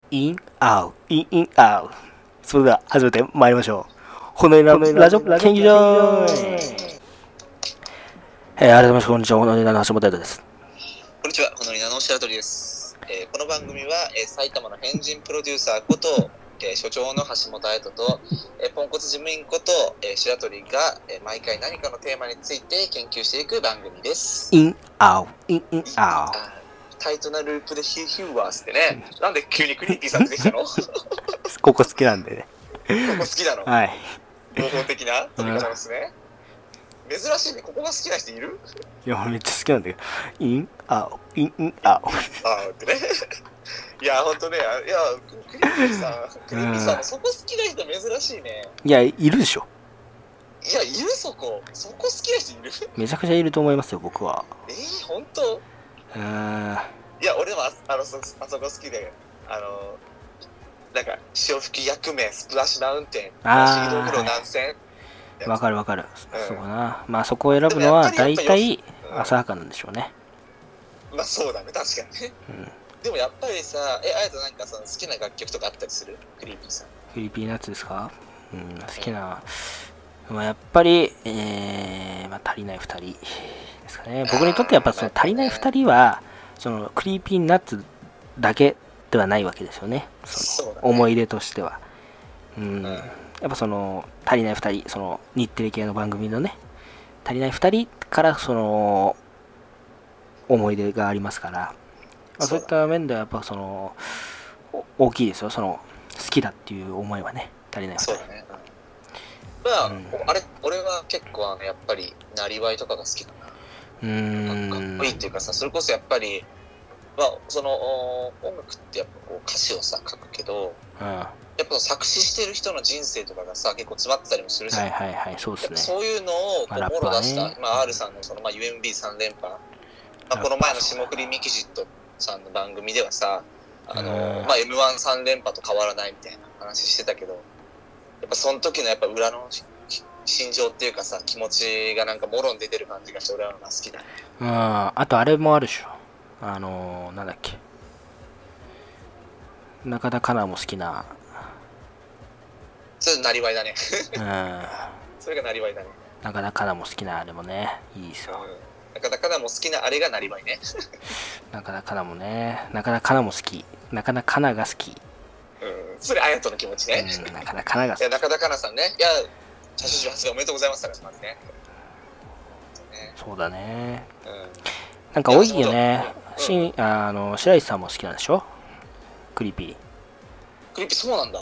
イン、アウ、イン、イン、アウ。それでは始めてまいりましょう。ほのいなラジオ研究所。改めましてこんにちは、ほのいなの橋本彩です。 こんにちは、ほのりなの白鳥です。この番組は、埼玉の変人プロデューサーこと、所長の橋本彩と、ポンコツ事務員こと、白鳥が、毎回何かのテーマについて研究していく番組です。 イン、アウ、イン、イン、アウ。 タイトなループでヒューヒューワースってね、なんで急にクリーピーさん出てきたの？ ここ好きなんでね。 ここ好きなの？ はい。 合法的な飛び方ですね。珍しいね、ここが好きな人いる？ いや、めっちゃ好きなんだけど。イン、アウ、イン、イン、アウ。 ってね。いや、ほんとね、いや、クリーピーさんもそこ好きな人珍しいね。 いや、いるでしょ。 いや、いるそこ好きな人いる？ めちゃくちゃいると思いますよ、僕は。 ほんと？いや、俺もそこ好きで、なんか、潮吹き役名、スプラッシュマウンテン、不思議道具の南線。 わかるわかる。そうかな。まあそこを選ぶのは大体浅はかなんでしょうね。 まあそうだね、確かにね。でもやっぱりさ、あやとなんか好きな楽曲とかあったりする？クリーピーさん。 クリーピーナッツですか？好きな。まあやっぱり、まあ足りない2人ですかね。僕にとってやっぱその足りない2人は、そのクリーピーナッツだけではないわけですよね。その思い出としては。やっぱその足りない2人、その日テレ系の番組のね、足りない2人からその思い出がありますから、まあ、そういった面ではやっぱその大きいですよ、その好きだっていう思いはね、足りない2人。 そうだね。まあ、俺は結構やっぱりなりわいとかが好きかな。かっこいいっていうかさ、それこそやっぱり、まあ、その音楽ってやっぱこう歌詞をさ書くけど、やっぱ作詞してる人の人生とかがさ結構詰まってたりもするじゃん。 はいはい、そうですね。 そういうのをこうもろ出した、まあ、R さんのその、まあ、UMB3 連覇、まあ、この前の霜降りミキジットさんの番組ではさ、まあ、M13 連覇と変わらないみたいな話してたけど、やっぱその時のやっぱ裏の心情っていうかさ、気持ちがなんかもろに出てる感じがして俺は好きだね。 あとあれもあるでしょ。なんだっけ、中田香奈も好きな。 それなりわいだね。それがなりわいだね。 中田香奈も好きなあれもね、いいですよ。 中田香奈も好きなあれがなりわいね。 中田香奈もね、中田香奈も好き。中田香奈が好き。 それ、あやとの気持ちね。 中田香奈が好き。 中田香奈さんね。いや、写真集発売おめでとうございますから、まずね。 そうだね。なんか多いよね。白石さんも好きなんでしょ？クリーピー。 クリーピーそうなんだ。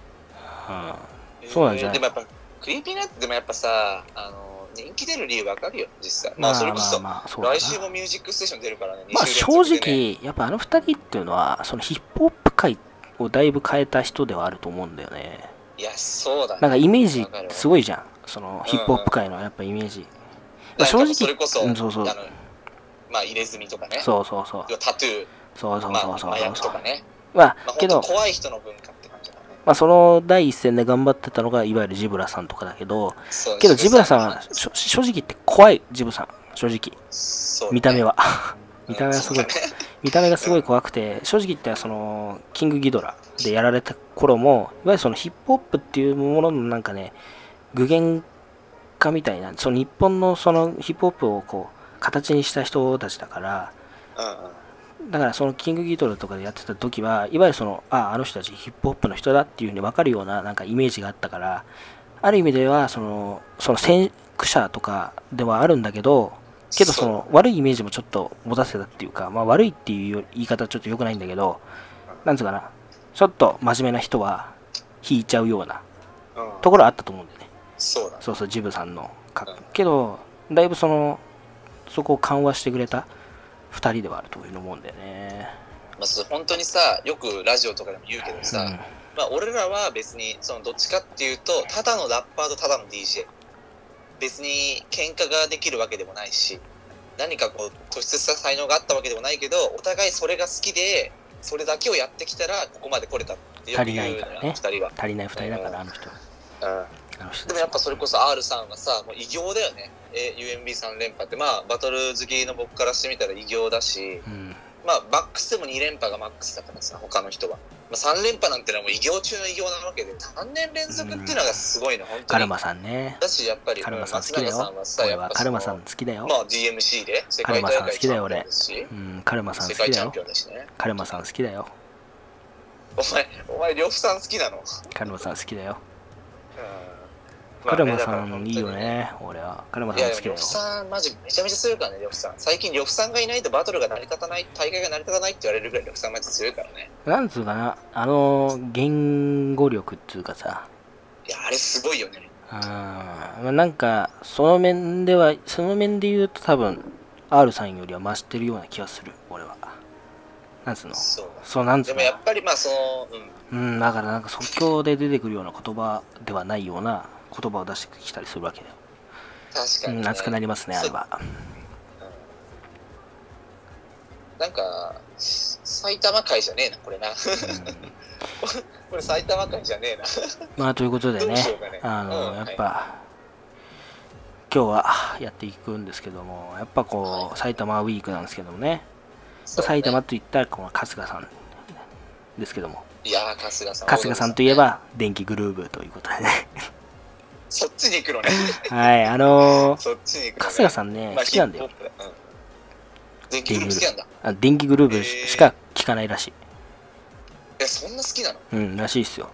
そうなんじゃない？ でもやっぱ、クリーピーナッツでもやっぱさ、人気出る理由わかるよ、実際。まあ、それこそ、来週もミュージックステーション出るからね。 まあ、正直、やっぱあの二人っていうのは、そのヒップホップ界をだいぶ変えた人ではあると思うんだよね。 いや、そうだね。 なんかイメージすごいじゃん。そのヒップホップ界のやっぱイメージ。 正直、それこそ、 そうまあ、入れ墨とかね。 そう。 タトゥー。 そう。 麻薬とかね。 まあ、けど、 怖い人の文化って感じだね。 まあ、その第一線で頑張ってたのがいわゆるジブラさんとかだけど、けどジブラさんは正直言って怖い、ジブさん、正直。見た目は。見た目がすごい。見た目がすごい怖くて、正直言ったらそのキングギドラでやられた頃も、いわゆるそのヒップホップっていうもののなんかね、具現化みたいな、その日本のそのヒップホップをこう形にした人たちだから、だからそのキングギドラとかでやってた時はいわゆるそのあの人たちヒップホップの人だっていう風に分かるようななんかイメージがあったから、ある意味ではその先駆者とかではあるんだけどその悪いイメージもちょっと持たせたっていうか、まあ悪いっていう言い方はちょっと良くないんだけど、なんつうかな、ちょっと真面目な人は引いちゃうようなところあったと思うんだよね。そうジブさんのけどだいぶそこを緩和してくれた2人ではあるというの思うんだよね。 まあ、本当にさ、よくラジオとかでも言うけどさ、まあ、俺らは別にそのどっちかっていうとただのラッパーとただの DJ、 別に喧嘩ができるわけでもないし、何かこう突出した才能があったわけでもないけど、お互いそれが好きでそれだけをやってきたらここまで来れたってよく言うのよ、2人は。 足りない2人だから、あの人。 でもやっぱそれこそ R さんはさ、もう偉業だよね。UMB3 連覇って、まあバトル好きの僕からしてみたら偉業だし、 まあマックスでも2連覇がマックスだからさ、他の人は。まあ、3連覇なんてのはもう偉業中の偉業なわけで、3年連続っていうのがすごいの、本当に。 カルマさんね。 だし、やっぱり、 カルマさん好きだよ。 松永さんはさ、やっぱカルマさん好きだよ。 まあ DMC で世界大会チャンピオンですし、 カルマさん好きだよ。カルマさん好きだよ。 お前、呂布さん好きなの？ カルマさん好きだよ。カルマさんいいよね、俺は。カルマさん好きだよ。 呂布さん、マジめちゃめちゃ強いからね、呂布さん。最近、呂布さんがいないとバトルが成り立たない、大会が成り立たないって言われるぐらい呂布さんマジ強いからね。 なんつうかな、言語力っていうかさ。 いや、あれすごいよね。 なんか、その面で言うと多分、R さんよりは増してるような気がする、俺は。なんつうの？そう、なんつうの？ でもやっぱりまあだからなんか即興で出てくるような言葉ではないような言葉を出してきたりするわけだよ。 確かに、 熱くなりますね、あれは。 なんか、埼玉会じゃねえな、これな。これ埼玉会じゃねえな。 まあ、ということでね、やっぱ、今日はやっていくんですけども、やっぱこう、埼玉ウィークなんですけどもね、埼玉といったらこの春日さんですけども、 いやー、春日さんといえば電気グルーヴということでね。 そっちに行くのね。 はい、 そっちに行くのね。 春日さんね、好きなんだよ。 電気グルーヴ好きなんだ。 電気グルーヴしか聴かないらしい。 そんな好きなの？ らしいっすよ。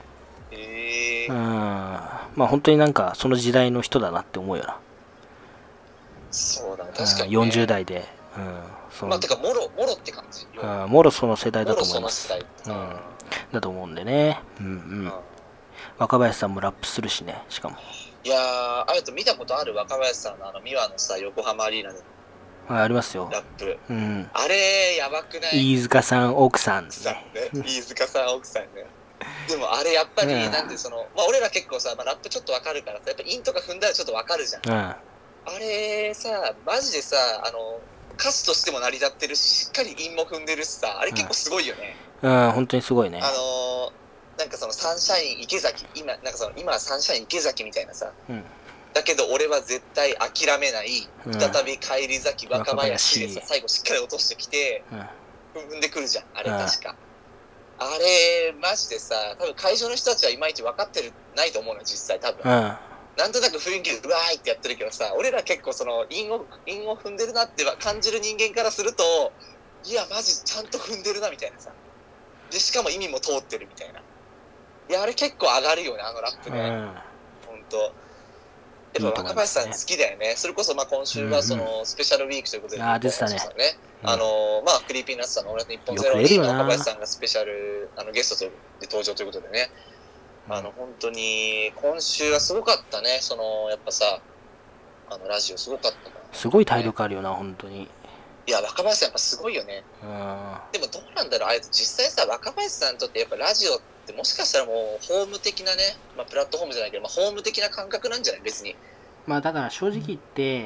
まあ本当になんかその時代の人だなって思うよな。 そうだね、確かに、 ね。40代で。 まあ、てか、もろって感じ。 もろその世代だと思います。だと思うんでね。若林さんもラップするしね、しかも。 いやー、あれと見たことある？若林さんのミワのさ、横浜アリーナで。 ありますよ。 ラップ。あれ、やばくない？ 飯塚さん、奥さん。 飯塚さん、奥さんね。でもあれやっぱり、なんてまあ俺ら結構さ、ラップちょっとわかるからさ、やっぱインとか踏んだらちょっとわかるじゃん。あれさ、マジでさ、歌詞としても成り立ってるし、しっかり韻も踏んでるしさ、あれ結構すごいよね。 本当にすごいね。 なんかサンシャイン池崎、今はサンシャイン池崎みたいなさ、だけど俺は絶対諦めない、再び返り咲き若林でさ、最後しっかり落としてきて、踏んでくるじゃん、あれ確か。あれ、マジでさ、多分会場の人たちはいまいち分かってないと思うの、実際多分。なんとなく雰囲気でうわーいってやってるけどさ、俺ら結構韻を踏んでるなって感じる人間からすると、いやマジちゃんと踏んでるなみたいなさ。でしかも意味も通ってるみたいな。いやあれ結構上がるよね、あのラップね。ほんと。やっぱ若林さん好きだよね。それこそ今週はスペシャルウィークということで、 でしたね。 まあクリーピーナッツさんのオールナイト日本ゼロに若林さんがスペシャルゲストで登場ということでね。本当に今週はすごかったね。やっぱさ、ラジオすごかったから、ね。 すごい体力あるよな、本当に。 いや、若林さんやっぱすごいよね。でもどうなんだろう、実際さ、若林さんにとってやっぱラジオってもしかしたらもうホーム的なね、プラットフォームじゃないけど、ホーム的な感覚なんじゃない別に。 だから正直言って、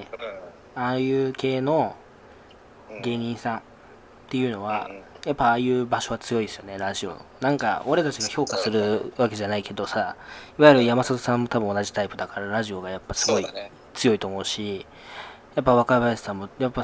ああいう系の芸人さんっていうのは、やっぱああいう場所は強いですよね、ラジオ。なんか俺たちが評価するわけじゃないけどさ、いわゆる山里さんも多分同じタイプだからラジオがやっぱすごい強いと思うし、やっぱ若林さんもやっぱ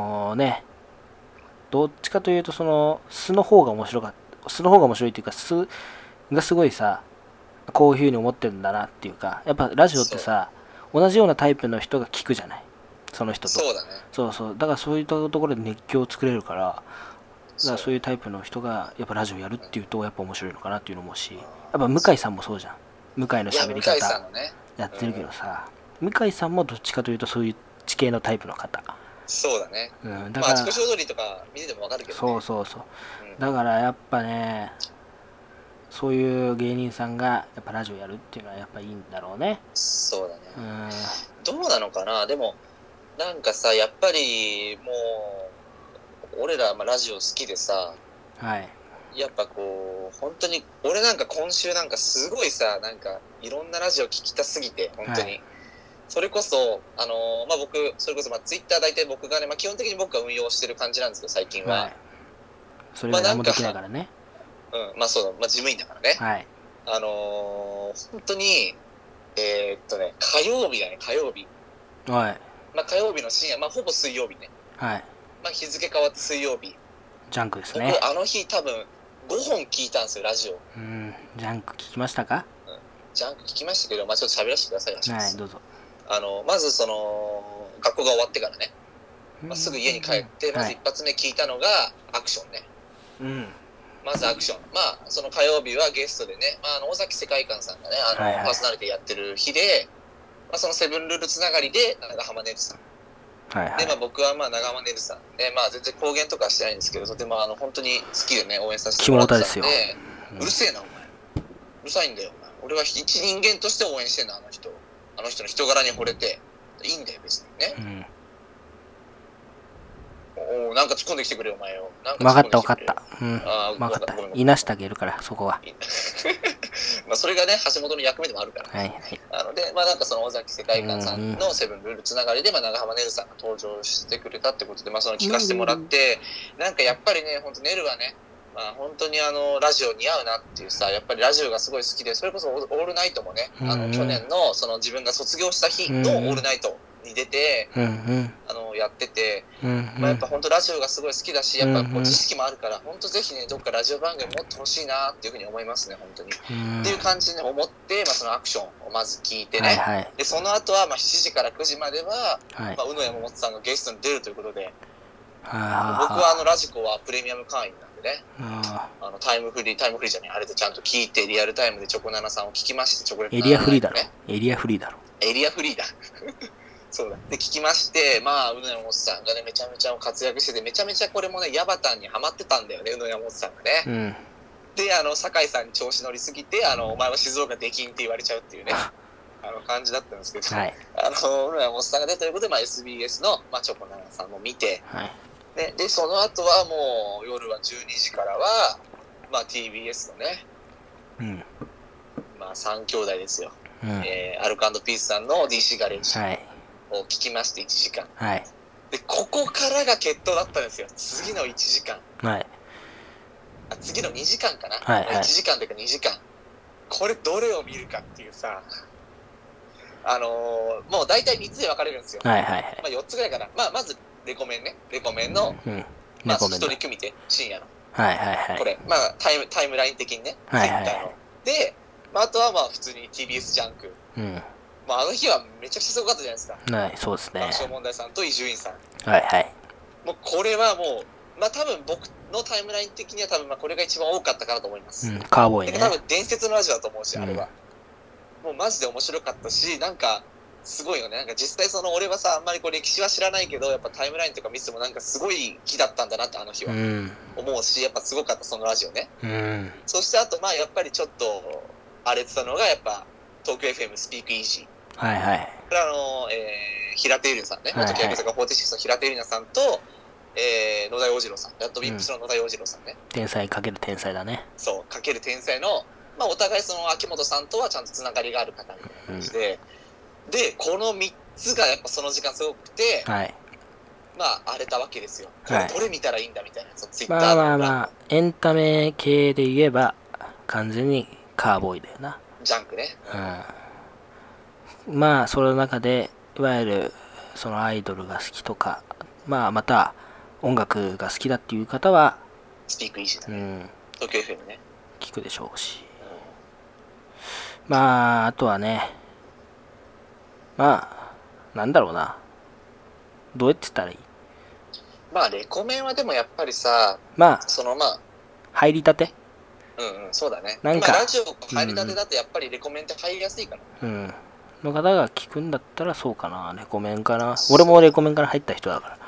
どっちかというと素の方が面白いっていうか、素がすごいさ、こういう風に思ってるんだなっていうか、やっぱラジオってさ、同じようなタイプの人が聞くじゃない、その人と。 そうだね。 そうだからそういったところで熱狂を作れるから、そういうタイプの人がやっぱラジオやるっていうとやっぱ面白いのかなっていうのも思うし、やっぱ向井さんもそうじゃん。向井の喋り方やってるけどさ、向井さんもどっちかというとそういう地形のタイプの方。 そうだね。だからあちこち踊りとか見てても分かるけどね。そう。 だからやっぱね、そういう芸人さんがやっぱラジオやるっていうのはやっぱいいんだろうね。 そうだね。どうなのかな。でもなんかさ、やっぱりもう俺らラジオ好きでさ、やっぱこう本当に俺なんか今週なんかすごいさ、なんかいろんなラジオ聞きたすぎて本当に。それこそ僕それこそツイッター大体僕がね、基本的に僕が運用してる感じなんですけど最近は。 それが何もできないからね。 そうだ、事務員だからね。本当に火曜日だね、火曜日。火曜日の深夜、ほぼ水曜日ね。日付変わって水曜日ジャンクですね。 僕あの日多分5本聞いたんですよ、ラジオ。 ジャンク聞きましたか？ ジャンク聞きましたけど、まあちょっと喋らせてください。 はい、どうぞ。 まずその学校が終わってからね、すぐ家に帰って、まず一発目聞いたのがアクションね。まずアクション。まあその火曜日はゲストでね、尾崎世界観さんがね、パーソナリティやってる日で、そのセブンルールつながりで長浜ねるさん。で、僕は長浜ねるさんで、全然公言とかはしてないんですけど、とても本当に好きでね、応援させてもらってたんで、うるせえな、お前。うるさいんだよ、お前。俺は一人間として応援してんだ、あの人の人柄に惚れて。いいんだよ、別にね。なんか突っ込んできてくれよ、お前よ。 分かった分かった。分かった。いなしてあげるから、そこは。 それがね、橋本の役目でもあるから。で、なんかその尾崎世界観さんのセブンルールつながりで、長浜ねるさんが登場してくれたってことで、その聞かせてもらって、なんかやっぱりね、ほんとねるはね、本当にラジオ似合うなっていうさ、やっぱりラジオがすごい好きで、それこそオールナイトもね、去年のその自分が卒業した日のオールナイトに出て、やってて、やっぱ本当ラジオがすごい好きだし、やっぱこう知識もあるから、本当ぜひね、どっかラジオ番組持ってほしいなっていうふうに思いますね、本当に。っていう感じで思って、そのアクションをまず聞いてね、でその後は7時から9時までは、宇野山本さんがゲストに出るということで、僕はラジコはプレミアム会員なんでね、タイムフリーじゃない、あれでちゃんと聞いて、リアルタイムでチョコナナさんを聞きまして、チョコレートエリアフリーだろ。エリアフリーだ。 そうだ。で、聞きまして、宇野山本さんがね、めちゃめちゃ活躍してて、めちゃめちゃこれもね、ヤバタンにハマってたんだよね、宇野山本さんがね。で、酒井さんに調子乗りすぎて、お前は静岡できんって言われちゃうっていうね、感じだったんですけど、宇野山本さんが出たということで、SBS の、チョコナナさんも見て、で、その後はもう、夜は12時からは、TBS のね、3兄弟ですよ。アルコ&ピースさんの DC ガレージを聞きまして1時間、でここからが決闘だったんですよ。次の1時間、次の2時間かな、1時間というか2時間、これどれを見るかっていうさ、もう大体3つで分かれるんですよ。4つぐらいかな。まずレコメンの一人組手深夜のこれタイムライン的にね、ツイッターので、あとは普通に TBS ジャンク。あの日はめちゃくちゃすごかったじゃないですか。 そうですね。 爆笑問題さんと伊集院さん。もうこれはもう、多分僕のタイムライン的には多分これが一番多かったかなと思います。 カーボーイね。 多分伝説のラジオだと思うし、あれは。もうマジで面白かったし、なんかすごいよね。なんか実際俺はさ、あんまり歴史は知らないけど、やっぱタイムラインとか見ててもなんかすごい日だったんだなって、あの日は。思うし、やっぱすごかった、そのラジオね。そしてあとやっぱりちょっと、荒れてたのがやっぱ東京 FM スピークイージー。これ平手友梨奈さんね、元欅坂46の平手友梨奈さんと、野田洋次郎さん、ラッドウィンプスの野田洋次郎さんね。 天才かける天才だね。 そう、かける天才の、お互い秋元さんとはちゃんとつながりがある方みたいな感じで、で、この3つがやっぱその時間すごくて、荒れたわけですよ。これどれ見たらいいんだみたいな、ツイッターの。 エンタメ系で言えば、完全にカーボーイだよな。 ジャンクね。 その中で、いわゆる、そのアイドルが好きとか、また、音楽が好きだっていう方は、 スピークイージーだね。東京 FM ね。 聞くでしょうし。あとはね、なんだろうな。どうやって言ったらいい？ レコメンはでもやっぱりさ、 入りたて？ そうだね。ラジオ入りたてだとやっぱりレコメンって入りやすいかな。の方が聞くんだったらそうかな。レコメンかな。俺もレコメンから入った人だから。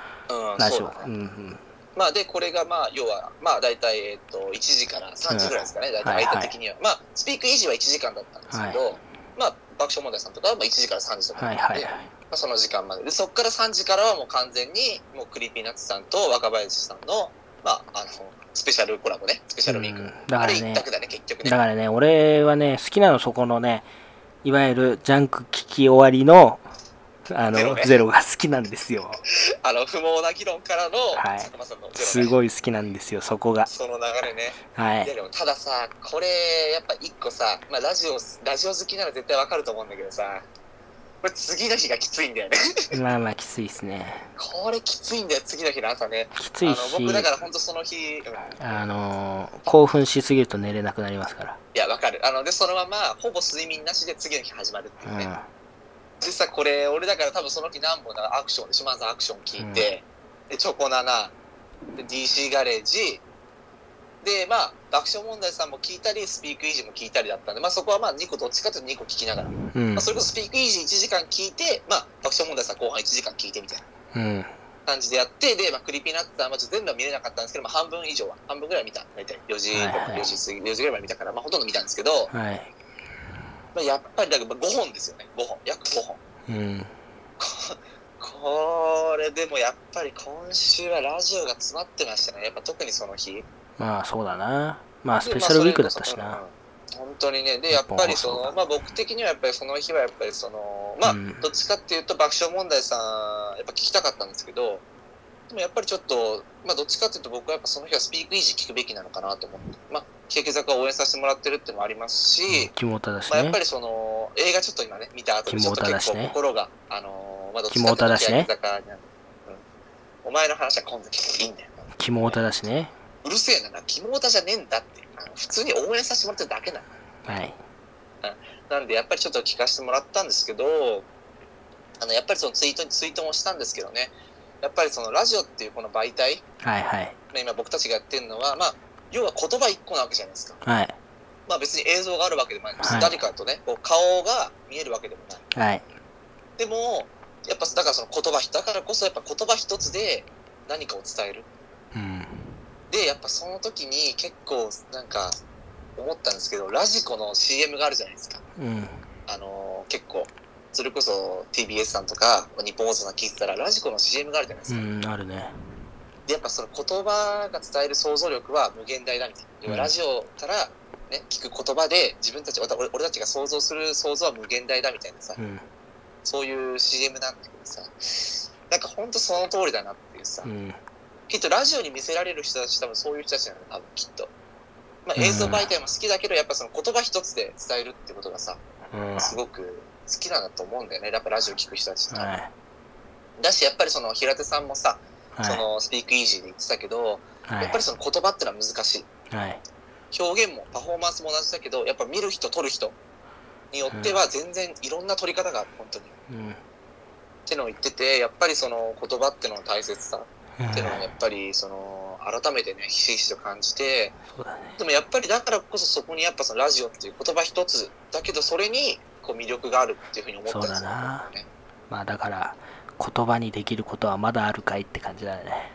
ラジオ。 で、これが要は、だいたい1時から3時ぐらいですかね。だいたい間的には。スピークイージーは1時間だったんですけど、爆笑問題さんとかは1時から3時とかで、その時間まで。で、そこから3時からはもう完全に、もうクリーピーナッツさんと若林さんの、スペシャルコラボね、スペシャルウィーク。あれ一択だね、結局ね。 だからね、俺はね、好きなのそこのね、いわゆるジャンク聞き終わりの、ゼロが好きなんですよ。 不毛な議論からの、坂間さんのゼロ、 すごい好きなんですよ、そこが。 その流れね。いやでもたださ、これ、やっぱ一個さ、ラジオ好きなら絶対わかると思うんだけどさ、 これ次の日がきついんだよねまあまあきついですね。 これきついんだよ、次の日の朝ね。 きついし、 僕だから本当その日、 興奮しすぎると寝れなくなりますから。 いや、わかる。で、そのまま、ほぼ睡眠なしで次の日始まるっていうね。でさ、これ、俺だから多分その日何本だアクションでしょ、まずアクション聞いて、で、チョコナナ、で、DC ガレージ、で、まあ、爆笑問題さんも聞いたり、スピークイージーも聞いたりだったんで、まあそこはまあ2個どっちかというと2個聞きながら、まあそれこそスピークイージー1時間聞いて、まあ爆笑問題さん後半1時間聞いてみたいな感じでやって、で、まあクリーピーナッツさんは全部は見れなかったんですけど、まあ半分以上は、半分ぐらい見た。大体4時、4時過ぎ、4時ぐらいまで見たから、まあほとんど見たんですけど、まあやっぱりだから5本ですよね、5本、約5本。これでもやっぱり今週はラジオが詰まってましたね、やっぱ特にその日。 まあそうだな。まあスペシャルウィークだったしな。 本当にね。で、やっぱりまあ僕的にはやっぱりその日はやっぱりまあどっちかっていうと爆笑問題さん、やっぱ聞きたかったんですけど、でもやっぱりちょっと、まあどっちかっていうと僕はやっぱその日はスピークイージー聞くべきなのかなと思って。まあ、欅坂を応援させてもらってるっていうのもありますし、 キモータだしね。 まあやっぱり映画ちょっと今ね、見た後でちょっと結構心が、まあどっちかっていうと欅坂になる。お前の話は今度聞いていいんだよ。 キモータだしね。 うるせえな、キモータじゃねえんだって。普通に応援させてもらってるだけなの。 はい。 なんで、やっぱりちょっと聞かせてもらったんですけど、やっぱりそのツイートもしたんですけどね、やっぱりそのラジオっていうこの媒体、今僕たちがやってるのは、まあ、要は言葉一個なわけじゃないですか。まあ別に映像があるわけでもない。誰かとね、こう顔が見えるわけでもない。でも、やっぱだからその言葉、だからこそやっぱ言葉一つで何かを伝える。で、やっぱその時に結構なんか思ったんですけど、ラジコの CM があるじゃないですか。結構、それこそ TBS さんとか日本放送さん聞いてたらラジコの CM があるじゃないですか。 あるね。 で、やっぱその言葉が伝える想像力は無限大だみたいな。要はラジオからね、聞く言葉で自分たち、俺たちが想像する想像は無限大だみたいなさ、そういう CM なんだけどさ、なんかほんとその通りだなっていうさ、きっとラジオに見せられる人たち多分そういう人たちなの、多分きっと。まあ映像媒体も好きだけど、やっぱその言葉一つで伝えるってことがさ、すごく好きなんだと思うんだよね。やっぱラジオ聞く人たちって。だし、やっぱりその平手さんもさ、そのスピークイージーで言ってたけど、やっぱりその言葉ってのは難しい。表現もパフォーマンスも同じだけど、やっぱ見る人撮る人によっては全然いろんな撮り方がある、本当に。ってのを言ってて、やっぱりその言葉ってのの大切さってのをやっぱりその改めてね、ひしひしと感じて、でもやっぱりだからこそそこにやっぱそのラジオっていう言葉一つだけど、それにこう魅力があるっていうふうに思ったんですよね。そうだな。 まあだから言葉にできることはまだあるかいって感じだよね。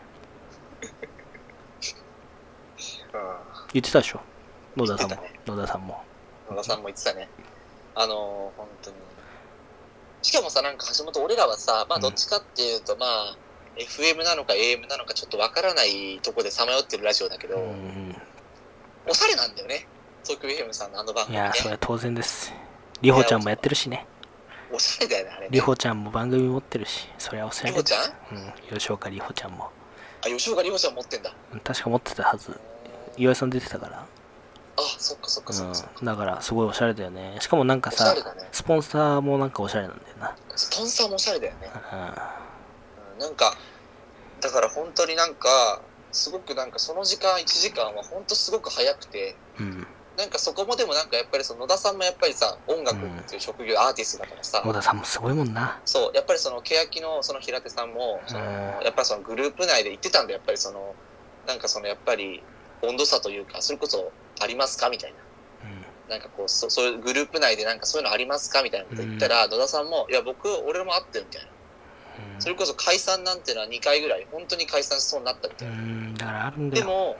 言ってたでしょ、野田さんも。野田さんも言ってたね。本当に。しかもさ、なんか橋本、俺らはさ、まあどっちかっていうと、まあ FM なのか AM なのかちょっとわからないとこでさまよってるラジオだけど、おしゃれなんだよね、東京 FM さんの番組ね。いや、 それは当然です。りほちゃんもやってるしね。 おしゃれだよね、あれね。 りほちゃんも番組持ってるし、それはおしゃれです。 りほちゃん？吉岡りほちゃんも。 あ、吉岡りほちゃん持ってんだ。 確か持ってたはず。岩井さん出てたから。 あ、そっかそっかそっか。 だからすごいおしゃれだよね。しかもなんかさ、スポンサーもなんかおしゃれなんだよな。 スポンサーもおしゃれだよね。なんか、だから本当になんか、すごくなんかその時間、1時間は本当すごく早くて、なんかそこもでもなんかやっぱりその野田さんもやっぱりさ、音楽っていう職業、アーティストだからさ、 野田さんもすごいもんな。 そう、やっぱりその欅のその平手さんも、やっぱりそのグループ内で言ってたんだよ、やっぱりその、なんかそのやっぱり温度差というか、それこそありますかみたいな。なんかこう、そういうグループ内でなんかそういうのありますかみたいなこと言ったら、野田さんも、いや、俺もあってるみたいな。それこそ解散なんていうのは2回ぐらい、本当に解散しそうになったみたいな。 だからあるんだよ。 でも、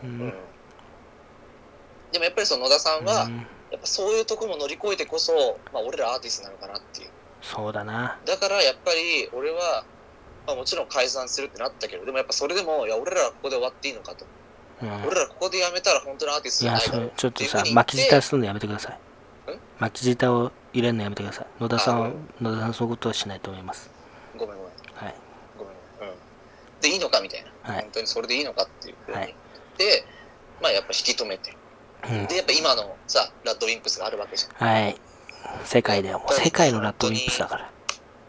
でもやっぱりその野田さんは、やっぱそういうとこも乗り越えてこそ、まあ俺らアーティストなのかなっていう。 そうだな。 だからやっぱり俺は、まあもちろん解散するってなったけど、でもやっぱそれでも、いや、俺らはここで終わっていいのかと。俺らここでやめたら本当のアーティストじゃないだろう。 ちょっとさ、巻き舌するのやめてください。巻き舌を入れるのやめてください。野田さんそういうことはしないと思います。 ごめん。 はい。 ごめん。で、いいのかみたいな。本当にそれでいいのかっていうふうに。で、まあやっぱ引き止めて。で、やっぱ今のさ、ラッドウィンプスがあるわけじゃん。 はい。世界ではもう世界のラッドウィンプスだから。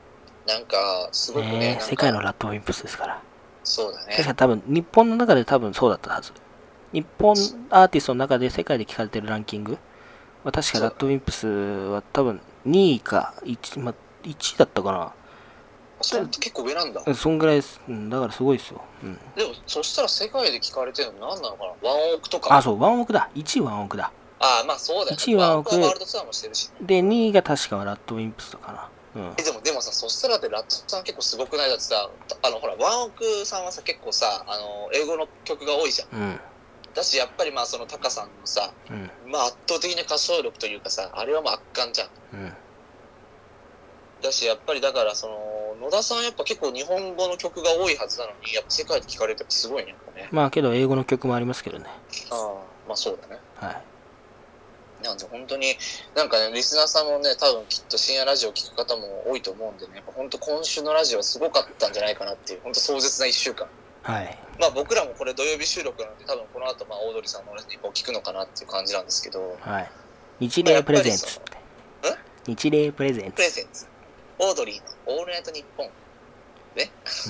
なんかすごくね、 世界のラッドウィンプスですから。 そうだね。 確か多分日本の中で多分そうだったはず。日本アーティストの中で世界で聞かれてるランキングは確かラッドウィンプスは多分2位か 1,、1位だったかな。 それって結構上なんだ。 そんぐらいです。だからすごいですよ。 でもそしたら世界で聞かれてるの何なのかな。ワンオクとか。 そう、ワンオクだ。1位ワンオクだ。 まあそうだよね。 1位ワンオクワールドツアーもしてるし、ね。 で、2位が確かラッドウィンプスとかな。 でもさ、そしたらってラッドさん結構すごくない？だってさ、ほら、ワンオクさんはさ、結構さ、英語の曲が多いじゃん。だし、やっぱりまあ、そのタカさんのさ、まあ圧倒的な歌唱力というかさ、あれはもう圧巻じゃん。だし、やっぱりだから、その、野田さんやっぱ結構日本語の曲が多いはずなのに、やっぱ世界で聴かれてるってすごいね、やっぱね。 まあけど英語の曲もありますけどね。 まあそうだね。 はい。 なんで本当になんかね、リスナーさんもね、多分きっと深夜ラジオ聞く方も多いと思うんでね、やっぱ本当今週のラジオはすごかったんじゃないかなっていう、本当壮絶な1週間。 はい。 まあ僕らもこれ土曜日収録なので、多分この後まあオードリーさんのレポを聞くのかなっていう感じなんですけど。 はい。日霊プレゼンツ。日霊プレゼンツ。 オードリーのオールナイトニッポン。ね。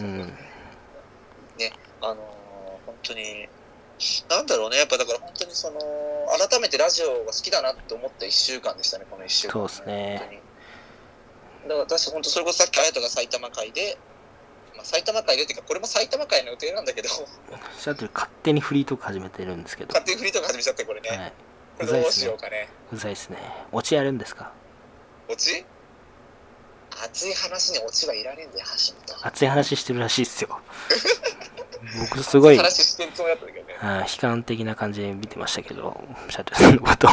ね、本当に、なんだろうね、やっぱだから本当にその、改めてラジオが好きだなって思った1週間でしたね、この1週間、ね。 そうですね。 本当にだから私、本当それこそさっき、あやとが埼玉会で、埼玉会でっていうか、これも埼玉会の予定なんだけど、 勝手にフリートーク始めてるんですけど。 勝手にフリートーク始めちゃって、これね。はい、これどうしようかね。 うざいですね。オチやるんですか？ オチ？熱い話にオチはいらねえんだよ、橋本。 熱い話してるらしいっすよ。僕すごい話してるつもりだったんだけどね。 悲観的な感じで見てましたけど、社長さんのことを。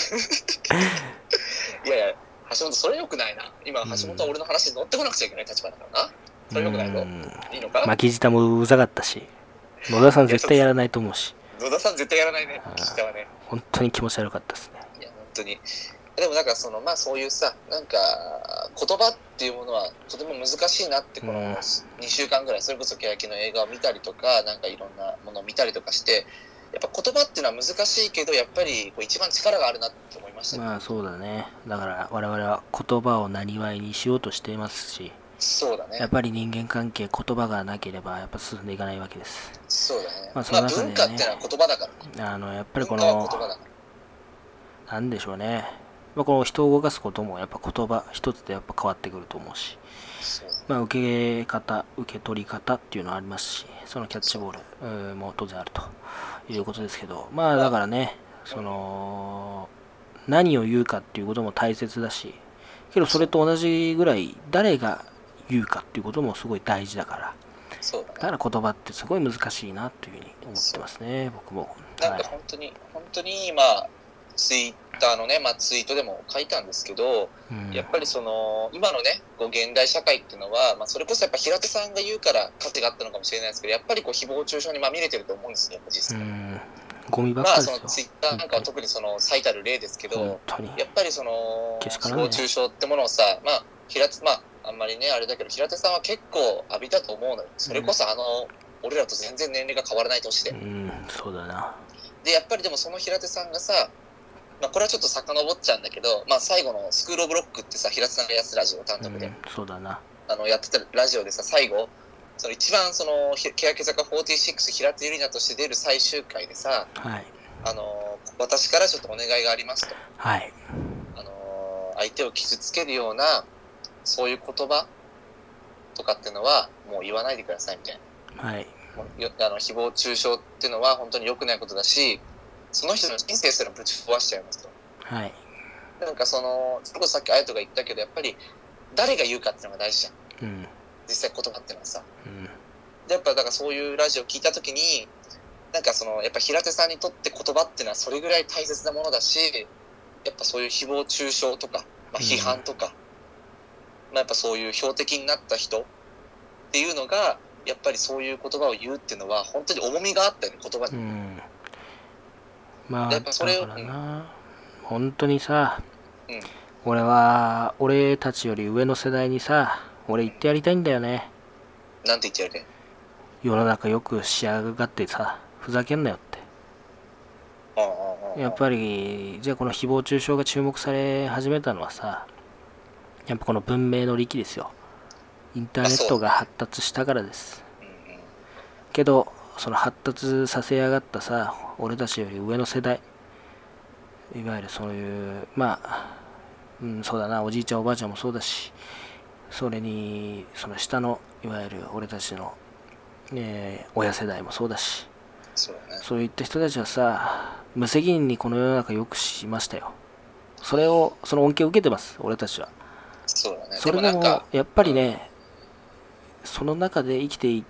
いやいや、橋本それよくないな。今、橋本は俺の話に乗ってこなくちゃいけない立場だからな。それよくないの？いいのか？ 巻き舌もうざかったし、野田さん絶対やらないと思うし。 野田さん絶対やらないね、巻き舌はね。 本当に気持ち悪かったですね。 いや、本当に。でもなんかその、まあそういうさ、なんか言葉っていうものはとても難しいなって、この2週間ぐらい、それこそ欅の映画を見たりとか、なんかいろんなものを見たりとかして、やっぱ言葉っていうのは難しいけど、やっぱりこう一番力があるなって思いましたね。 まあそうだね。だから我々は言葉を生業にしようとしていますし、 そうだね。 やっぱり人間関係、言葉がなければやっぱ進んでいかないわけです。 そうだね。 まあその中でね、 文化ってのは言葉だから。 やっぱりこの、なんでしょうね。この人を動かすこともやっぱ言葉一つでやっぱ変わってくると思うし、まあ受け方、受け取り方っていうのはありますし、そのキャッチボールも当然あるということですけど、まあだからね、その何を言うかっていうことも大切だし、けどそれと同じぐらい誰が言うかっていうこともすごい大事だから、だから言葉ってすごい難しいなというふうに思ってますね、僕も。 なんか本当に今ツイッターのね、ツイートでも書いたんですけど、やっぱりその今のねこう現代社会っていうのは、それこそやっぱ平手さんが言うから価値があったのかもしれないですけど、やっぱりこう誹謗中傷にまみれてると思うんですよ、実際。 ゴミばっかりですよ。 そのツイッターなんかは特にその最たる例ですけど、やっぱりその誹謗中傷ってものをさ、あんまりねあれだけど、平手さんは結構浴びたと思うのよ。それこそ俺らと全然年齢が変わらない年で。 そうだな。 でやっぱりでもその平手さんがさ、これはちょっと遡っちゃうんだけど、最後のスクールオブロックってさ、平手さんがやってたラジオ単独で、 そうだな。 やってたラジオでさ、最後その一番その欅坂46平手友梨奈として出る最終回でさ、私からちょっとお願いがありますと、相手を傷つけるようなそういう言葉とかっていうのはもう言わないでくださいみたいな。誹謗中傷っていうのは本当に良くないことだし、その人の人生すらぶち壊しちゃいますと。なんかそれこそさっきあやとが言ったけど、やっぱり誰が言うかっていうのが大事じゃん。実際言葉っていうのはさ。でやっぱだからそういうラジオ聞いた時に、なんかやっぱ平手さんにとって言葉っていうのはそれぐらい大切なものだし、やっぱそういう誹謗中傷とか、批判とか、やっぱそういう標的になった人っていうのが、やっぱりそういう言葉を言うっていうのは本当に重みがあったよね、言葉に。 やっぱそれを本当にさ、俺たちより上の世代にさ、俺言ってやりたいんだよね。 なんて言ってやりたい？ 世の中よくしやがってさ、ふざけんなよって。やっぱりじゃあこの誹謗中傷が注目され始めたのはさ、やっぱこの文明の利器ですよ。 インターネットが発達したからです。けどその発達させやがったさ、俺たちより上の世代、いわゆるそういうそうだな、おじいちゃんおばあちゃんもそうだし、それにその下のいわゆる俺たちの、親世代もそうだし、そういった人たちはさ、無責任にこの世の中よくしましたよ。その恩恵を受けてます、俺たちは。それでもやっぱりね、その中で生きていって、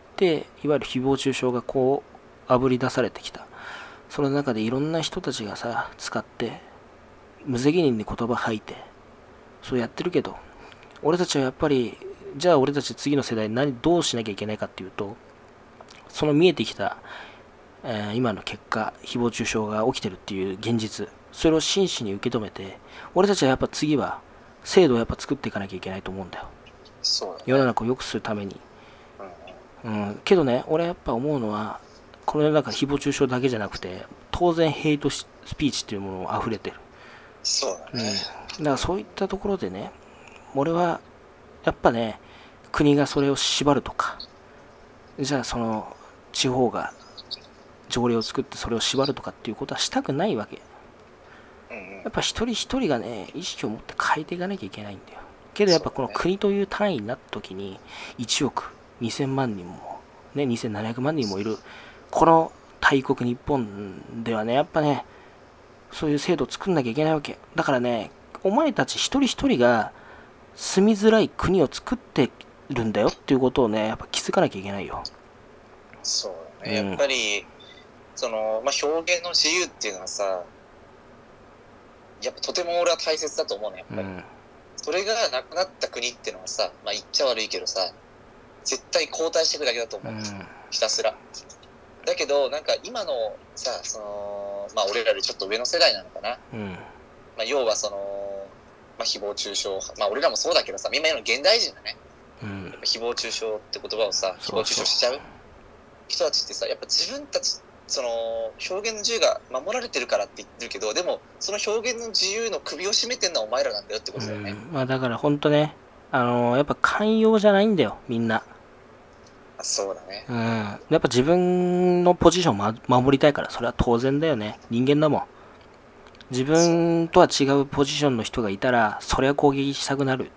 いわゆる誹謗中傷がこうあぶり出されてきた。その中でいろんな人たちがさ、使って無責任に言葉吐いてそうやってるけど、俺たちはやっぱり、じゃあ俺たち次の世代にどうしなきゃいけないかっていうと、その見えてきた、今の結果、誹謗中傷が起きてるっていう現実、それを真摯に受け止めて、俺たちはやっぱ次は制度をやっぱ作っていかなきゃいけないと思うんだよ。世の中を良くするために。けどね、俺やっぱ思うのは、この世の中誹謗中傷だけじゃなくて、当然ヘイトスピーチっていうものを溢れてる。だからそういったところでね、俺はやっぱね、国がそれを縛るとか、じゃあその地方が条例を作ってそれを縛るとかっていうことはしたくないわけ。やっぱ一人一人がね、意識を持って変えていかなきゃいけないんだよ。けどやっぱこの国という単位になった時に、1億2000万人も、ね、2700万人もいる、この大国日本ではね、やっぱね、そういう制度を作んなきゃいけないわけ。だからね、お前たち一人一人が住みづらい国を作ってるんだよっていうことをね、やっぱ気づかなきゃいけないよ。 そうね、やっぱりその、表現の自由っていうのはさ、やっぱとても俺は大切だと思うね、やっぱり。それがなくなった国っていうのはさ、言っちゃ悪いけどさ、絶対後退していくだけだと思う、ひたすら。だけどなんか今のさ、その俺らよりちょっと上の世代なのかな、要はその、誹謗中傷、俺らもそうだけどさ、今の現代人だね、誹謗中傷って言葉をさ、誹謗中傷しちゃう人たちってさ、やっぱ自分たちその表現の自由が守られてるからって言ってるけど、でもその表現の自由の首を絞めてるのはお前らなんだよってことだよね。 だから本当ね、やっぱ寛容じゃないんだよ、みんな。 そうだね。 やっぱ自分のポジションを守りたいから、それは当然だよね。人間だもん。自分とは違うポジションの人がいたら、それは攻撃したくなる。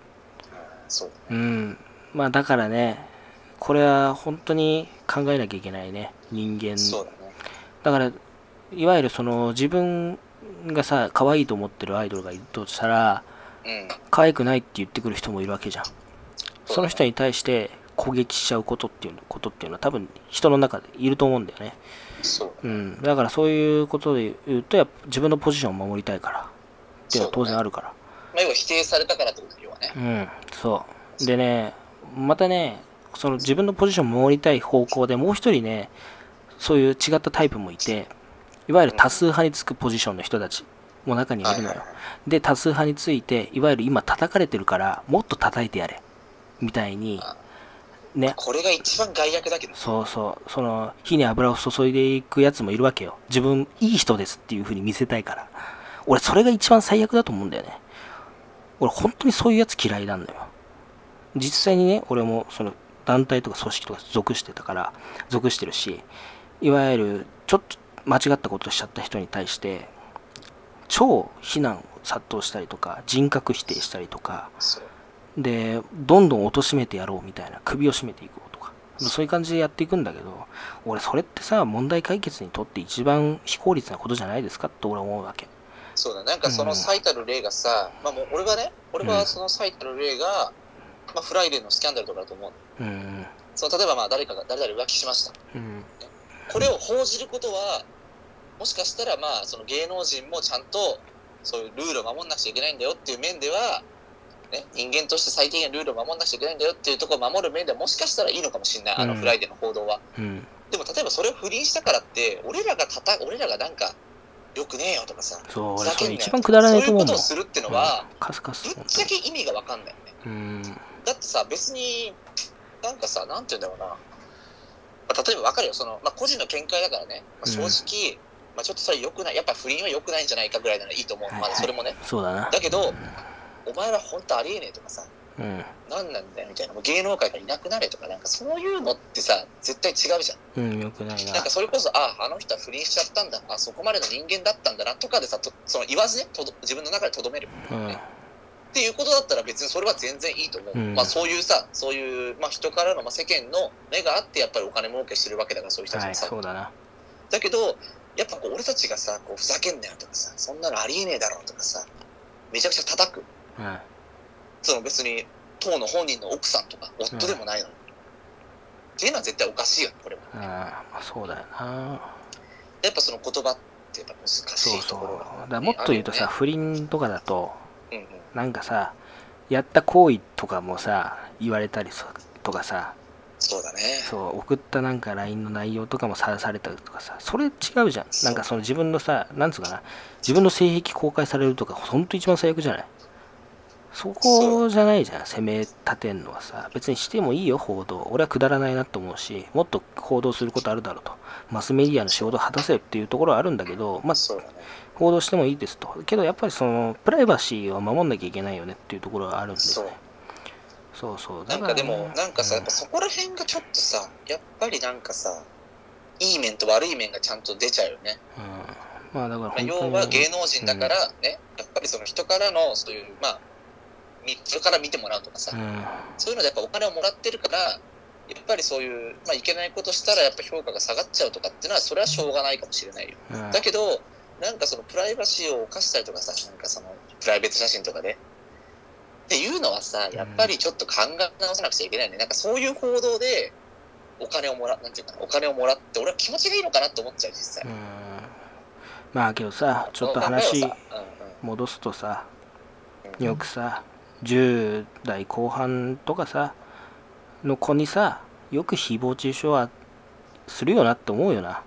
だからね、これは本当に考えなきゃいけないね、人間。だからいわゆるその自分がさ、可愛いと思ってるアイドルがいるとしたら、可愛くないって言ってくる人もいるわけじゃん。その人に対して攻撃しちゃうことっていうのは多分人の中でいると思うんだよね。だからそういうことで言うと、やっぱ自分のポジションを守りたいからっていうのは当然あるから。 要は否定されたからってことはね。 そうでね、またね、その自分のポジションを守りたい方向でもう一人ね、そういう違ったタイプもいて、いわゆる多数派につくポジションの人たちも中にいるのよ。で、多数派について、いわゆる今叩かれてるからもっと叩いてやれみたいにね。 これが一番害悪だけど。 その火に油を注いでいくやつもいるわけよ。自分いい人ですっていう風に見せたいから。俺それが一番最悪だと思うんだよね。俺本当にそういうやつ嫌いなんだよ。実際にね、俺もその団体とか組織とか属してるし、いわゆるちょっと間違ったことをしちゃった人に対して超非難を殺到したりとか、人格否定したりとかで、どんどん貶めてやろうみたいな、首を絞めていこうとか、そういう感じでやっていくんだけど、俺それってさ、問題解決にとって一番非効率なことじゃないですかって俺は思うわけ。 そうだ、なんかその最たる例がさ、もう俺はその最たる例が、フライデーのスキャンダルとかだと思う。その例えば誰々浮気しました、これを報じることはもしかしたらその芸能人もちゃんとそういうルールを守んなくちゃいけないんだよっていう面では、人間として最低限ルールを守んなくちゃいけないんだよっていうところを守る面ではもしかしたらいいのかもしれない、フライデーの報道は。でも例えばそれを不倫したからって俺らがなんかよくねえよとかさ、 そう俺それ一番くだらないと思うもん。 そういうことをするってのは、 カスカスぶっちゃけ意味が分かんないよね。だってさ、別になんかさ、なんて言うんだろうな、例えば分かるよ、その、個人の見解だからね、正直、ちょっとそれ良くない、やっぱ不倫は良くないんじゃないかぐらいならいいと思う、それもね。 そうだな。 だけど、お前は本当ありえねえとかさ、 何なんだよみたいな、もう芸能界がいなくなれとか、なんかそういうのってさ絶対違うじゃん。 よくないな。 なんかそれこそあの人は不倫しちゃったんだ、そこまでの人間だったんだなとかでさ、その言わずね自分の中でとどめる、っていうことだったら別にそれは全然いいと思う。そういうさ、そういう、人からの、世間の目があってやっぱりお金儲けしてるわけだから、そういう人たちもさ、 そうだな。 だけどやっぱこう俺たちがさ、こうふざけんなよとかさ、そんなのありえねえだろうとかさ、めちゃくちゃ叩く、その別に当の本人の奥さんとか夫でもないのに、っていうのは絶対おかしいよね、これは。 そうだよな。 やっぱその言葉ってやっぱ難しいところが、 だからもっと言うとさ、不倫とかだと、なんかさ、やった行為とかもさ言われたりとかさ、 そうだね、 送ったなんか LINE の内容とかもさらされたりとかさ、それ違うじゃん。なんかその自分のさ、なんつうかな、自分の性癖公開されるとか、ほんと一番最悪じゃない。そこじゃないじゃん、攻め立てんのはさ。別にしてもいいよ、報道。俺はくだらないなと思うし、もっと報道することあるだろうと。マスメディアの仕事を果たせっていうところはあるんだけど、報道してもいいですと。けどやっぱりそのプライバシーを守んなきゃいけないよねっていうところはあるんで、ね。そうなんかでもなんかさ、やっぱそこら辺がちょっとさ、やっぱりなんかさ、いい面と悪い面がちゃんと出ちゃうよね。 だから要は芸能人だからね、やっぱりその人からのそういう人から見てもらうとかさ、そういうのでやっぱお金をもらってるから、やっぱりそういう、いけないことしたらやっぱ評価が下がっちゃうとかっていうのはそれはしょうがないかもしれないよ。だけどなんかそのプライバシーを犯したりとかさ、なんかそのプライベート写真とかでっていうのはさ、やっぱりちょっと考え直さなくちゃいけないね。なんかそういう報道でお金をもらなんていうかな、お金をもらって俺は気持ちがいいのかなって思っちゃう、実際。 けどさ、ちょっと話戻すとさ、よくさ、10代後半とかさの子にさ、よく誹謗中傷はするよなって思うよな。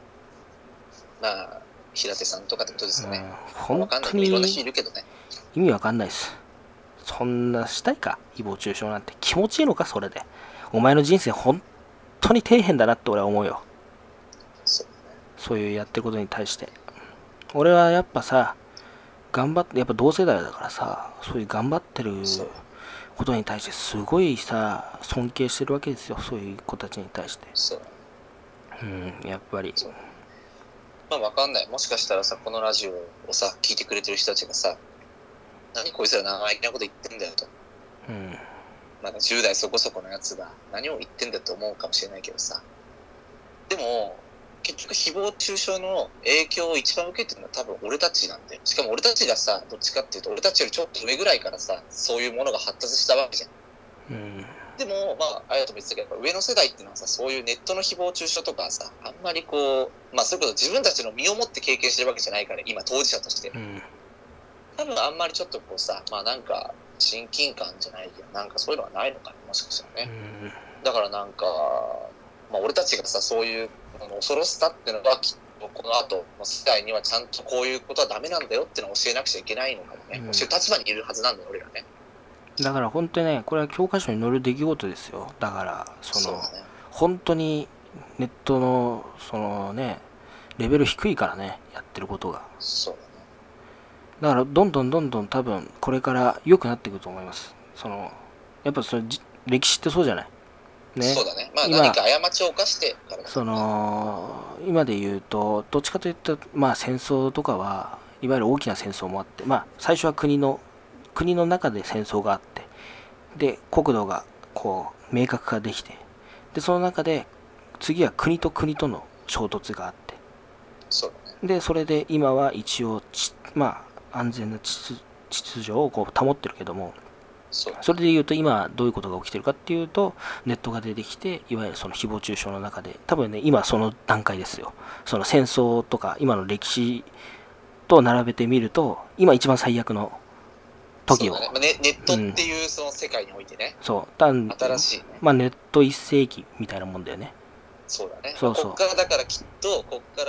平手さんとかってことですよね。 本当にいろんな人いるけどね。 意味わかんないです。そんなしたいか、誹謗中傷なんて。気持ちいいのか、それで。お前の人生本当に底辺だなって俺は思うよ。そういうやってることに対して。俺はやっぱさ、頑張って、やっぱ同世代だからさ、そういう頑張ってることに対してすごいさ、尊敬してるわけですよ、そういう子たちに対して。やっぱり。 わかんない。もしかしたらさ、このラジオをさ、聞いてくれてる人たちがさ、何こいつら生意気なこと言ってんだよと。まだ10代そこそこのやつが何を言ってんだと思うかもしれないけどさ。でも、結局誹謗中傷の影響を一番受けてるのは多分俺たちなんだよ。しかも俺たちがさ、どっちかっていうと俺たちよりちょっと上ぐらいからさ、そういうものが発達したわけじゃん。でもあやと別だけど、上の世代っていうのはさ、そういうネットの誹謗中傷とかさ、あんまりこうそういうこと自分たちの身をもって経験してるわけじゃないから、今当事者として、多分あんまりちょっとこうさ、なんか親近感じゃないけど、なんかそういうのはないのかな、もしかしたらね。だからなんか俺たちがさ、そういう恐ろしさっていうのはきっとこの後の世代にはちゃんとこういうことはダメなんだよっていうのを教えなくちゃいけないのかもね。教える立場にいるはずなんだよ、俺らね。 だから本当にね、これは教科書に載る出来事ですよ。だから本当にネットのそのね、レベル低いからね、やってることが。だからどんどん多分これから良くなっていくと思います。やっぱ歴史ってそうじゃない。 そうだね。何か過ちを犯してから今で言うと、どっちかといったら戦争とかはいわゆる大きな戦争もあって、最初は国の中で戦争があって、で国土がこう明確化できて、でその中で次は国と国との衝突があって、でそれで今は一応安全な秩序をこう保ってるけども、それで言うと今どういうことが起きてるかっていうと、ネットが出てきて、いわゆるその誹謗中傷の中で多分ね、今その段階ですよ。その戦争とか今の歴史と並べてみると、今一番最悪の時を、 ネットっていうその世界においてね、 新しいね、ネット1世紀みたいなもんだよね。 そうだね。こっからだからきっとこっから、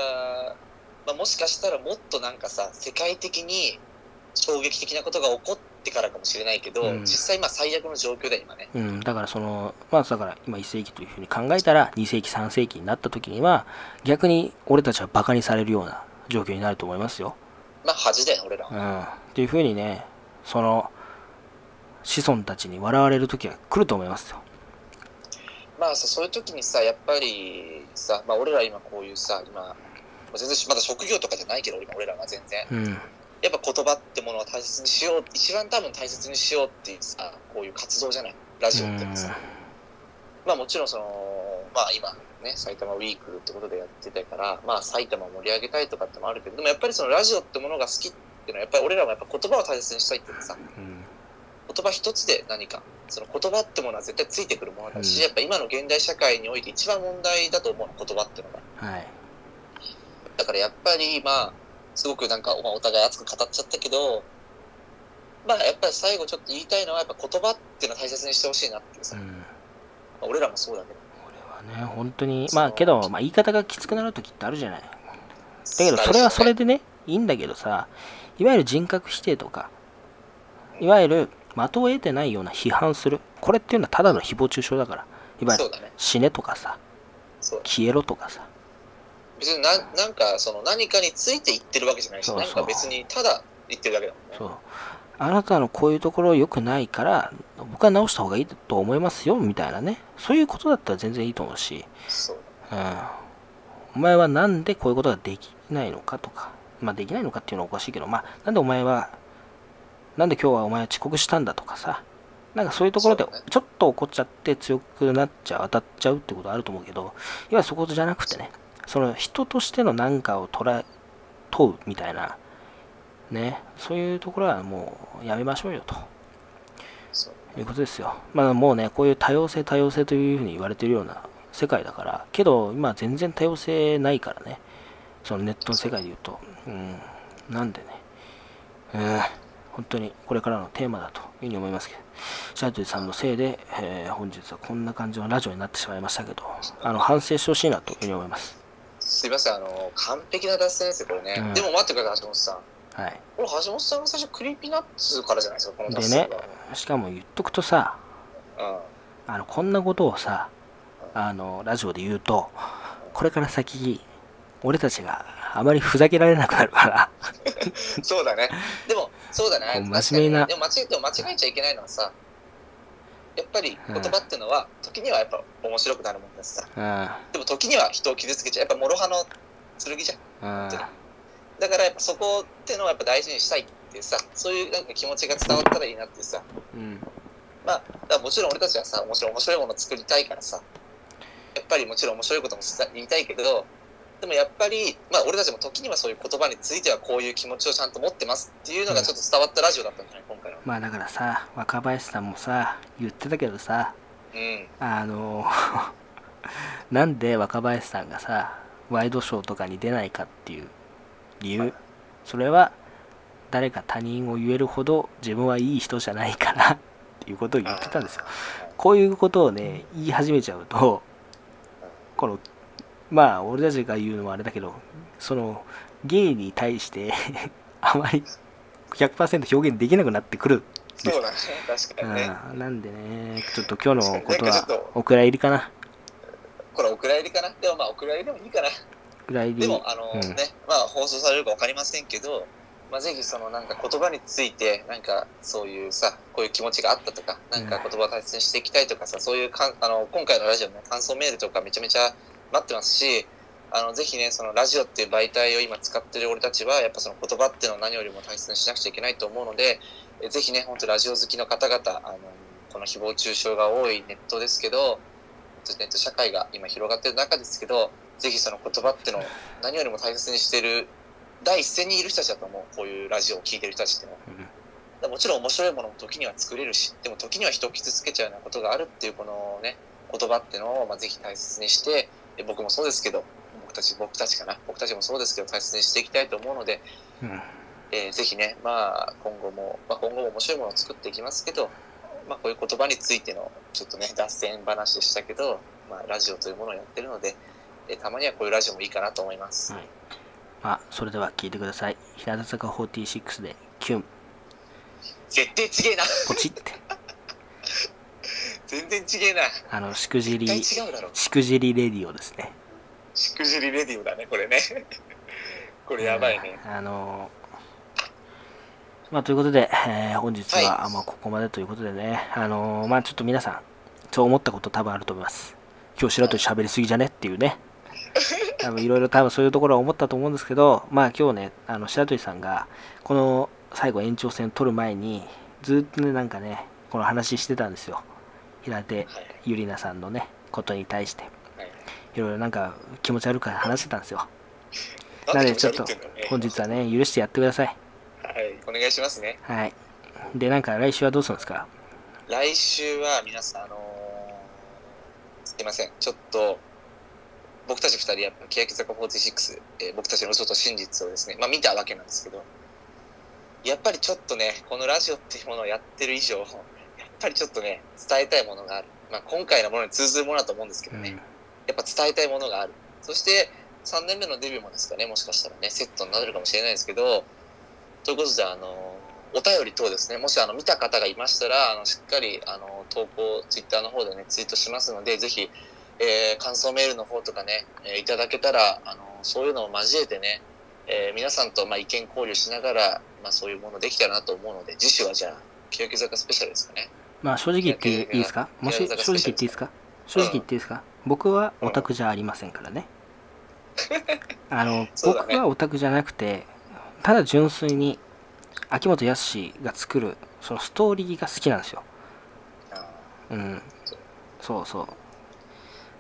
もしかしたらもっとなんかさ、世界的に衝撃的なことが起こってからかもしれないけど、実際最悪の状況だよ今ね。 だからだから今1世紀というふうに考えたら、2世紀3世紀になった時には逆に俺たちはバカにされるような状況になると思いますよ。 恥だよね、俺らは。 っていうふうにね、 子孫たちに笑われる時が来ると思いますよ。 まあさ、そういう時にさ、やっぱりさ、まあ俺ら今こういうさ、今、全然まだ職業とかじゃないけど、今俺らは全然。 うん。 やっぱ言葉ってものを大切にしよう、一番多分大切にしようっていうさ、こういう活動じゃない、ラジオってのはさ。まあもちろんその、まあ今ね、埼玉ウィークルってことでやってたから、まあ埼玉を盛り上げたいとかってもあるけど、でもやっぱりそのラジオってものが好きっていうのは、やっぱり俺らもやっぱ言葉を大切にしたいっていうさ、言葉一つで何か、その言葉ってものは絶対ついてくるものだし、やっぱ今の現代社会において一番問題だと思うの、言葉っていうのが。はい。だからやっぱりまあ、すごくなんか、お互い熱く語っちゃったけど、まあやっぱり最後ちょっと言いたいのはやっぱ言葉っていうのは大切にしてほしいなっていうさ、まあ、俺らもそうだけど。 俺はね、本当に、まあけど、まあ言い方がきつくなる時ってあるじゃない。だけどそれはそれでね、いいんだけどさ、いわゆる人格否定とか、いわゆる的を得てないような批判する、これっていうのはただの誹謗中傷だから、いわゆる死ねとかさ、消えろとかさ、 別になんかその何かについて言ってるわけじゃないし、なんか別にただ言ってるだけだもんね。そう。 あなたのこういうところ良くないから、僕は直した方がいいと思いますよ、みたいなね。そういうことだったら全然いいと思うし、そう。お前はなんでこういうことができないのかとか、まあできないのかっていうのはおかしいけど、まあなんで今日はお前は遅刻したんだとかさ、なんかそういうところでちょっと怒っちゃって強くなっちゃう、当たっちゃうってことあると思うけど、いわゆるそこじゃなくてね、その人としての何かを問うみたいな、ね、そういうところはもうやめましょうよということですよ。まあもうね、こういう多様性というふうに言われているような世界だから、けど今全然多様性ないからね、そのネットの世界で言うと、なんでね、本当にこれからのテーマだというふうに思いますけど、シャイトリさんのせいで、本日はこんな感じのラジオになってしまいましたけど、反省してほしいなというふうに思います。 すいません、完璧な脱線ですよ、これね。でも待ってください、橋本さん。はい。これ、橋本さんが最初、クリーピーナッツからじゃないですか、この脱線でね、しかも言っとくとさ、こんなことをさ、ラジオで言うと、これから先、俺たちがあまりふざけられなくなるから。 そうだね。でも、そうだね。 真面目な。 でも間違えちゃいけないのはさ、やっぱり言葉っていうのは、時にはやっぱ面白くなるもんだしさ。でも時には人を傷つけちゃう。やっぱ諸刃の剣じゃん。だからやっぱそこっていうのをやっぱ大事にしたいっていうさ、そういうなんか気持ちが伝わったらいいなっていうさ。まあ、だからもちろん俺たちはさ、面白いものを作りたいからさ、やっぱりもちろん面白いことも言いたいけど、でもやっぱり、まあ俺たちも時にはそういう言葉についてはこういう気持ちをちゃんと持ってますっていうのがちょっと伝わったラジオだったんじゃない、今回は。 まあだからさ、若林さんもさ、言ってたけどさ、なんで若林さんがさ、ワイドショーとかに出ないかっていう理由、それは誰か他人を言えるほど自分はいい人じゃないからっていうことを言ってたんですよ。こういうことをね、言い始めちゃうと、このまあ俺たちが言うのもあれだけど、そのゲイに対してあまり 100% 表現できなくなってくる。 そうだね、確かにね。 なんでね、ちょっと今日のことはお蔵入りかな。 これお蔵入りかな。でもまあお蔵入りでもいいかな。でもね、まあ放送されるか分かりませんけど、まあぜひそのなんか言葉についてなんかそういうさ、こういう気持ちがあったとか、なんか言葉を大切にしていきたいとかさ、そういう今回のラジオの、ね、感想メールとかめちゃめちゃ待ってますし、ぜひね、そのラジオっていう媒体を今使ってる俺たちは、やっぱその言葉っていうのを何よりも大切にしなくちゃいけないと思うので、ぜひね、本当ラジオ好きの方々、この誹謗中傷が多いネットですけど、ネット社会が今広がってる中ですけど、ぜひその言葉っていうのを何よりも大切にしている第一線にいる人たちだと思う、こういうラジオを聴いてる人たちっていうのは。もちろん面白いものも時には作れるし、でも時には人を傷つけちゃうようなことがあるっていうこのね、言葉っていうのを、まあ、ぜひ大切にして、僕もそうですけど、僕たちもそうですけど大切にしていきたいと思うので、ぜひね、まあ今後も面白いものを作っていきますけど、まあこういう言葉についてのちょっとね脱線話でしたけど、まあラジオというものをやってるので、たまにはこういうラジオもいいかなと思います。 まあそれでは聞いてください。日向坂46でキュン。 絶対ちげえな。 ポチって。 全然違えな。 しくじりレディオですね。 しくじりレディオだね、これね。これやばいね。 まあ、ということで、本日は、 はまあ、ここまでということでね、まあ、ちょっと皆さん、そう思ったこと多分あると思います。今日白鳥喋りすぎじゃねっていうね。多分いろいろ多分そういうところは思ったと思うんですけど、まあ今日ね、白鳥さんが、この最後延長戦取る前に、ずっとね、なんかね、この話してたんですよ。平手ゆりなさんのね、ことに対して。いろいろなんか気持ち悪く話してたんですよ。なのでちょっと本日はね、許してやってください。 はい、お願いしますね。 はい。で、なんか来週はどうするんですか？ 来週は皆さん、すいません、ちょっと、僕たち2人、やっぱ、欅坂46、僕たちの嘘と真実をですね、まあ見たわけなんですけど、やっぱりちょっとね、このラジオっていうものをやってる以上、やっぱりちょっとね、伝えたいものがある。まあ今回のものに通ずるものだと思うんですけどね、やっぱ伝えたいものがある。そして、3年目のデビューもですかね、もしかしたらね、セットになるかもしれないですけど、ということで、お便り等ですね、もし見た方がいましたら、しっかり投稿、ツイッターの方でね、ツイートしますので、ぜひ、感想メールの方とかね、いただけたら、そういうのを交えてね、皆さんと意見交流しながら、そういうものできたらなと思うので、次週はじゃあ、欅坂スペシャルですかね。 まあ正直言っていいですか？もし正直言っていいですか？正直言っていいですか？僕はオタクじゃありませんからね。僕はオタクじゃなくて、ただ純粋に秋元康が作るそのストーリーが好きなんですよ。うん。そうそう。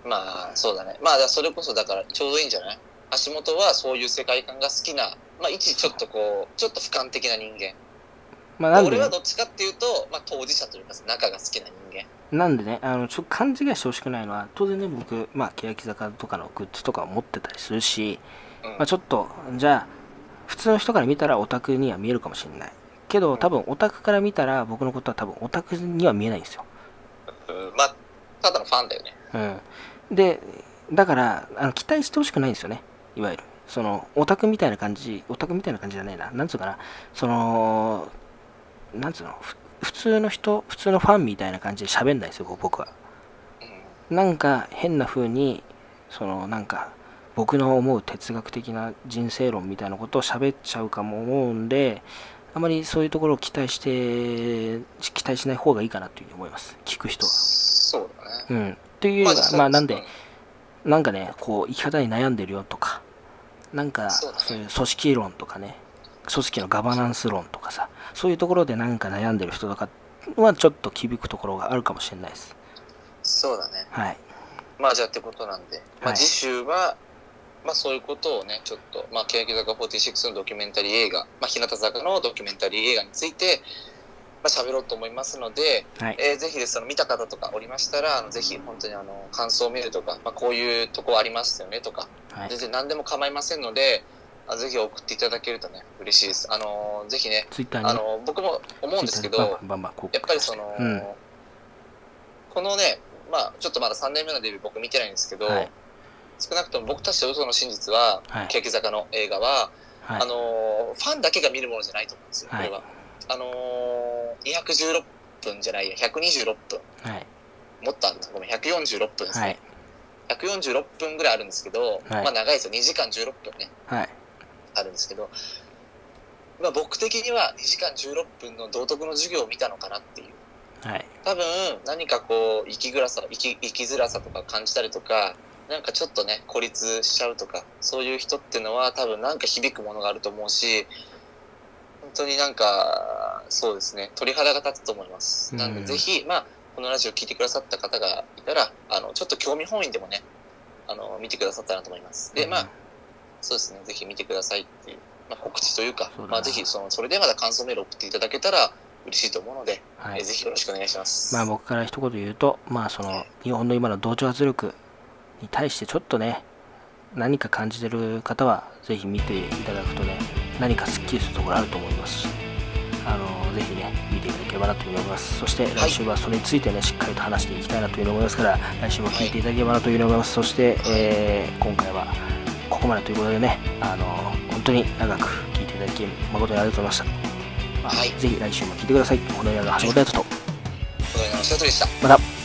まあそうだね。まあそれこそだからちょうどいいんじゃない？足元はそういう世界観が好きな、まあ一ちょっとこうちょっと俯瞰的な人間。まあなんで俺はどっちかっていうと、まあ当事者というか中が好きな人間。 なんでね、ちょっと勘違いしてほしくないのは、当然ね僕まあ欅坂とかのグッズとかを持ってたりするし、まあちょっとじゃあ普通の人から見たらオタクには見えるかもしれない。けど多分オタクから見たら僕のことは多分オタクには見えないんですよ。 まあただのファンだよね。でだから期待してほしくないんですよね。いわゆるそのオタクみたいな感じじゃないな。なんつうかな、そのなんつうの、普通の人、普通のファンみたいな感じで喋んないですよ僕は。なんか変な風にそのなんか僕の思う哲学的な人生論みたいなことを喋っちゃうかも思うんで、あまりそういうところを期待しない方がいいかなというふうに思います。聞く人は。 そうだね。 というよりは、まあなんで、なんかね、こう生き方に悩んでるよとか、なんかそういう組織論とかね、組織のガバナンス論とかさ、そういうところでなんか悩んでる人とかはちょっと響くところがあるかもしれないです。 そうだね。 はい。 まあじゃあってことなんで、まあ次週は、まあそういうことをね、ちょっと、まあ欅坂46のドキュメンタリー映画、まあ日向坂のドキュメンタリー映画について、まあ喋ろうと思いますので、ぜひです見た方とかおりましたら、ぜひ本当に感想メールとか、まあこういうとこありましたよねとか、全然何でも構いませんので、ぜひ送っていただけるとね、嬉しいです。ぜひね、僕も思うんですけど、やっぱりその、このね、まあちょっとまだ3年目のデビュー僕見てないんですけど、少なくとも僕たちと嘘の真実は、欅坂の映画は、ファンだけが見るものじゃないと思うんですよ、これは。216分じゃないや、126分。もっとあるんです。ごめん、146分ですね。146分ぐらいあるんですけど、まあ長いですよ、2時間16分ね。あるんですけど、まあ僕的には2時間16分の道徳の授業を見たのかなっていう。多分何かこう生きづらさとか感じたりとか、なんかちょっとね孤立しちゃうとか、そういう人っていうのは多分なんか響くものがあると思うし、本当になんかそうですね、鳥肌が立つと思います。なのでぜひまあこのラジオ聞いてくださった方がいたら、ちょっと興味本位でもね見てくださったらと思います。でまあそうですね、ぜひ見てくださいっていう、まあ、告知というか、まあぜひそれでまだ感想メールを送っていただけたら嬉しいと思うので、ぜひよろしくお願いします。 まあ僕から一言言うと、まあその日本の今の同調圧力に対してちょっとね、何か感じてる方はぜひ見ていただくとね、何かスッキリするところあると思いますし、ぜひね見ていただければなというふうに思います。そして来週はそれについてねしっかりと話していきたいなというふうに思いますから、来週も聞いていただければなというふうに思います。そして、今回はここまでということでね、本当に長く聞いていただき誠にありがとうございました。ぜひ来週も聞いてください。このような橋本彩人と、 このような橋本でした。 また。